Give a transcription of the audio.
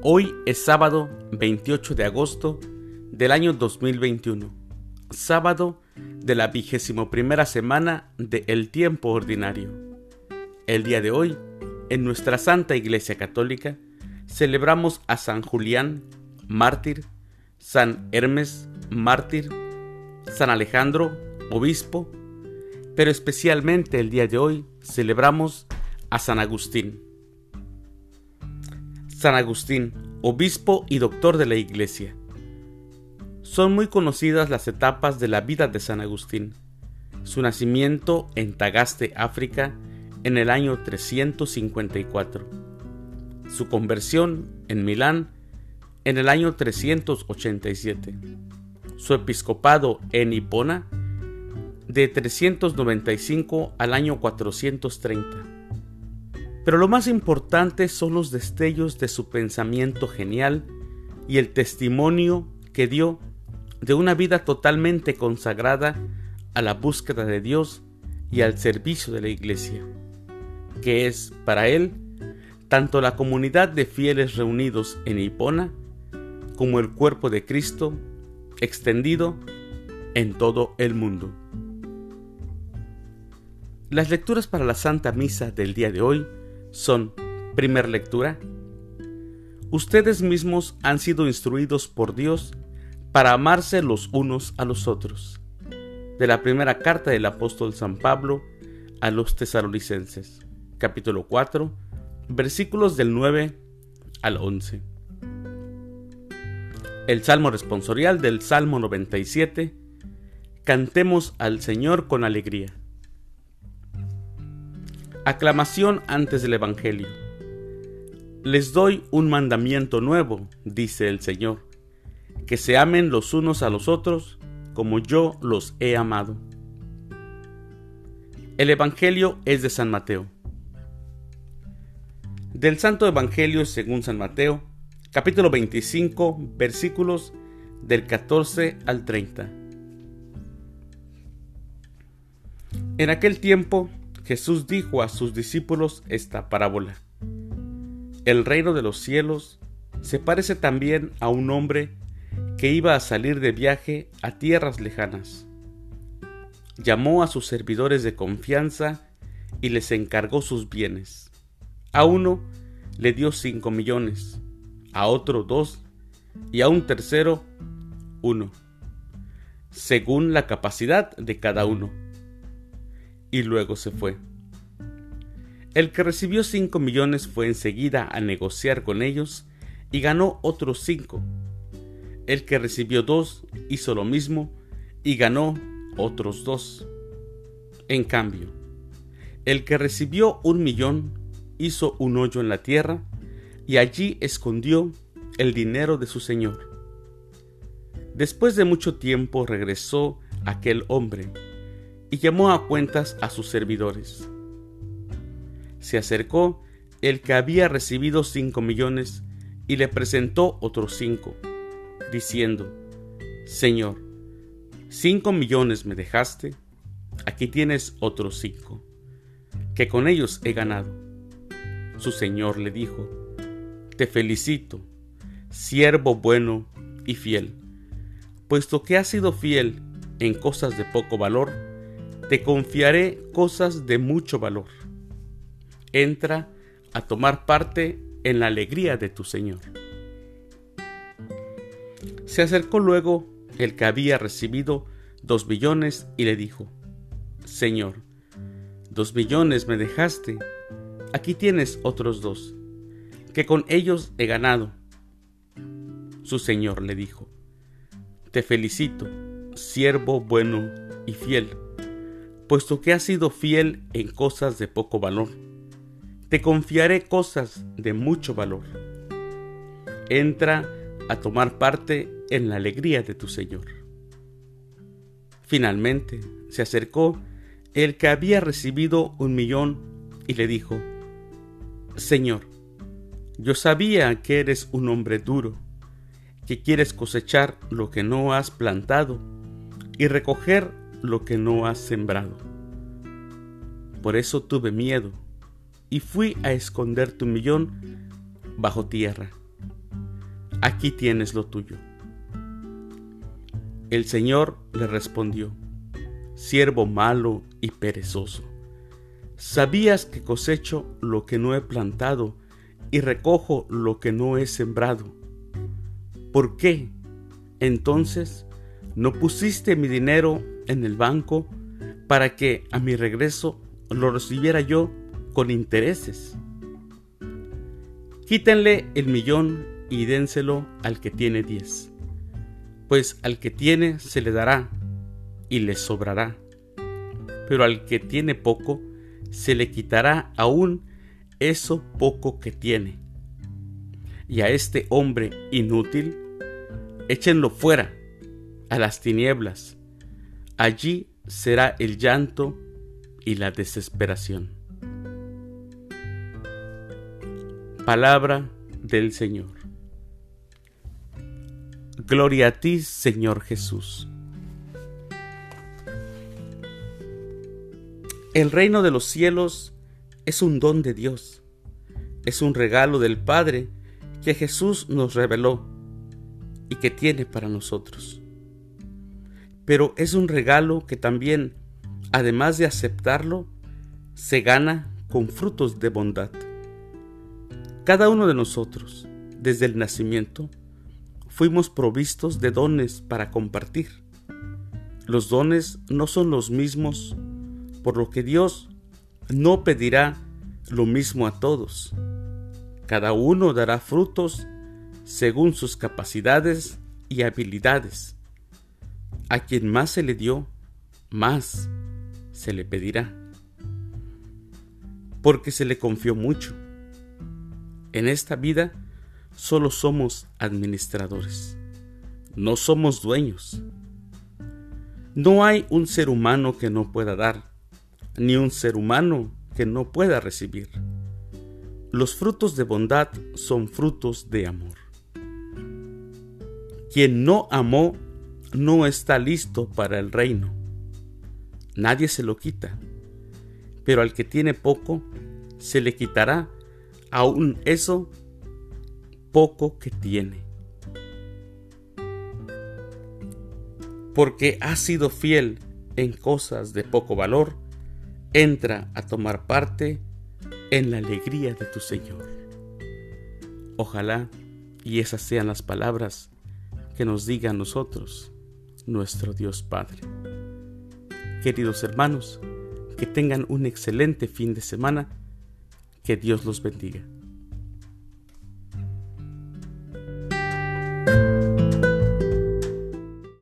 Hoy es sábado 28 de agosto del año 2021, sábado de la 21ª semana del tiempo ordinario. El día de hoy, en nuestra Santa Iglesia Católica, celebramos a San Julián, mártir, San Hermes, mártir, San Alejandro, obispo, pero especialmente el día de hoy celebramos a San Agustín. San Agustín, obispo y doctor de la Iglesia. Son muy conocidas las etapas de la vida de San Agustín. Su nacimiento en Tagaste, África, en el año 354. Su conversión en Milán, en el año 387. Su episcopado en Hipona, de 395 al año 430. Pero lo más importante son los destellos de su pensamiento genial y el testimonio que dio de una vida totalmente consagrada a la búsqueda de Dios y al servicio de la Iglesia, que es para él tanto la comunidad de fieles reunidos en Hipona como el cuerpo de Cristo extendido en todo el mundo. Las lecturas para la Santa Misa del día de hoy son: primer lectura. Ustedes mismos han sido instruidos por Dios para amarse los unos a los otros. De la primera carta del apóstol San Pablo a los Tesalonicenses, capítulo 4, versículos del 9 al 11. El Salmo responsorial del Salmo 97. Cantemos al Señor con alegría. Aclamación antes del Evangelio. Les doy un mandamiento nuevo, dice el Señor, que se amen los unos a los otros como yo los he amado. El Evangelio es de San Mateo. Del Santo Evangelio según San Mateo, capítulo 25, versículos del 14 al 30. En aquel tiempo, Jesús dijo a sus discípulos esta parábola: El reino de los cielos se parece también a un hombre que iba a salir de viaje a tierras lejanas. Llamó a sus servidores de confianza y les encargó sus bienes. A uno le dio 5 millones, a otro 2 y a un tercero 1, según la capacidad de cada uno. Y luego se fue. El que recibió 5 millones fue enseguida a negociar con ellos y ganó otros 5. El que recibió 2 hizo lo mismo y ganó otros 2. En cambio, el que recibió 1 millón hizo un hoyo en la tierra y allí escondió el dinero de su señor. Después de mucho tiempo regresó aquel hombre y llamó a cuentas a sus servidores. Se acercó el que había recibido 5 millones y le presentó otros 5, diciendo: Señor, 5 millones me dejaste, aquí tienes otros 5, que con ellos he ganado. Su señor le dijo: Te felicito, siervo bueno y fiel, puesto que has sido fiel en cosas de poco valor, te confiaré cosas de mucho valor. Entra a tomar parte en la alegría de tu Señor. Se acercó luego el que había recibido 2 millones y le dijo: Señor, 2 millones me dejaste, aquí tienes otros 2, que con ellos he ganado. Su señor le dijo: Te felicito, siervo bueno y fiel, puesto que has sido fiel en cosas de poco valor, te confiaré cosas de mucho valor. Entra a tomar parte en la alegría de tu Señor. Finalmente se acercó el que había recibido 1 millón y le dijo: Señor, yo sabía que eres un hombre duro, que quieres cosechar lo que no has plantado y recoger lo que no has sembrado. Por eso tuve miedo y fui a esconder tu millón bajo tierra. aquí tienes lo tuyo. El Señor le respondió: siervo malo y perezoso, ¿sabías que cosecho lo que no he plantado y recojo lo que no he sembrado? ¿Por qué, entonces, no pusiste mi dinero en el banco para que a mi regreso lo recibiera yo con intereses? Quítenle el 1,000,000 y dénselo al que tiene 10, pues al que tiene se le dará y le sobrará, pero al que tiene poco se le quitará aún eso poco que tiene. Y a este hombre inútil, échenlo fuera, a las tinieblas. Allí será el llanto y la desesperación. Palabra del Señor. Gloria a ti, Señor Jesús. El reino de los cielos es un don de Dios. Es un regalo del Padre que Jesús nos reveló y que tiene para nosotros. Pero es un regalo que también, además de aceptarlo, se gana con frutos de bondad. Cada uno de nosotros, desde el nacimiento, fuimos provistos de dones para compartir. Los dones no son los mismos, por lo que Dios no pedirá lo mismo a todos. Cada uno dará frutos según sus capacidades y habilidades. A quien más se le dio, más se le pedirá, porque se le confió mucho. En esta vida solo somos administradores, no somos dueños. No hay un ser humano que no pueda dar, ni un ser humano que no pueda recibir. Los frutos de bondad son frutos de amor. Quien no amó no está listo para el reino. Nadie se lo quita, pero al que tiene poco se le quitará aún eso poco que tiene. Porque has sido fiel en cosas de poco valor, entra a tomar parte en la alegría de tu Señor. Ojalá y esas sean las palabras que nos diga a nosotros nuestro Dios Padre. Queridos hermanos, que tengan un excelente fin de semana. Que Dios los bendiga.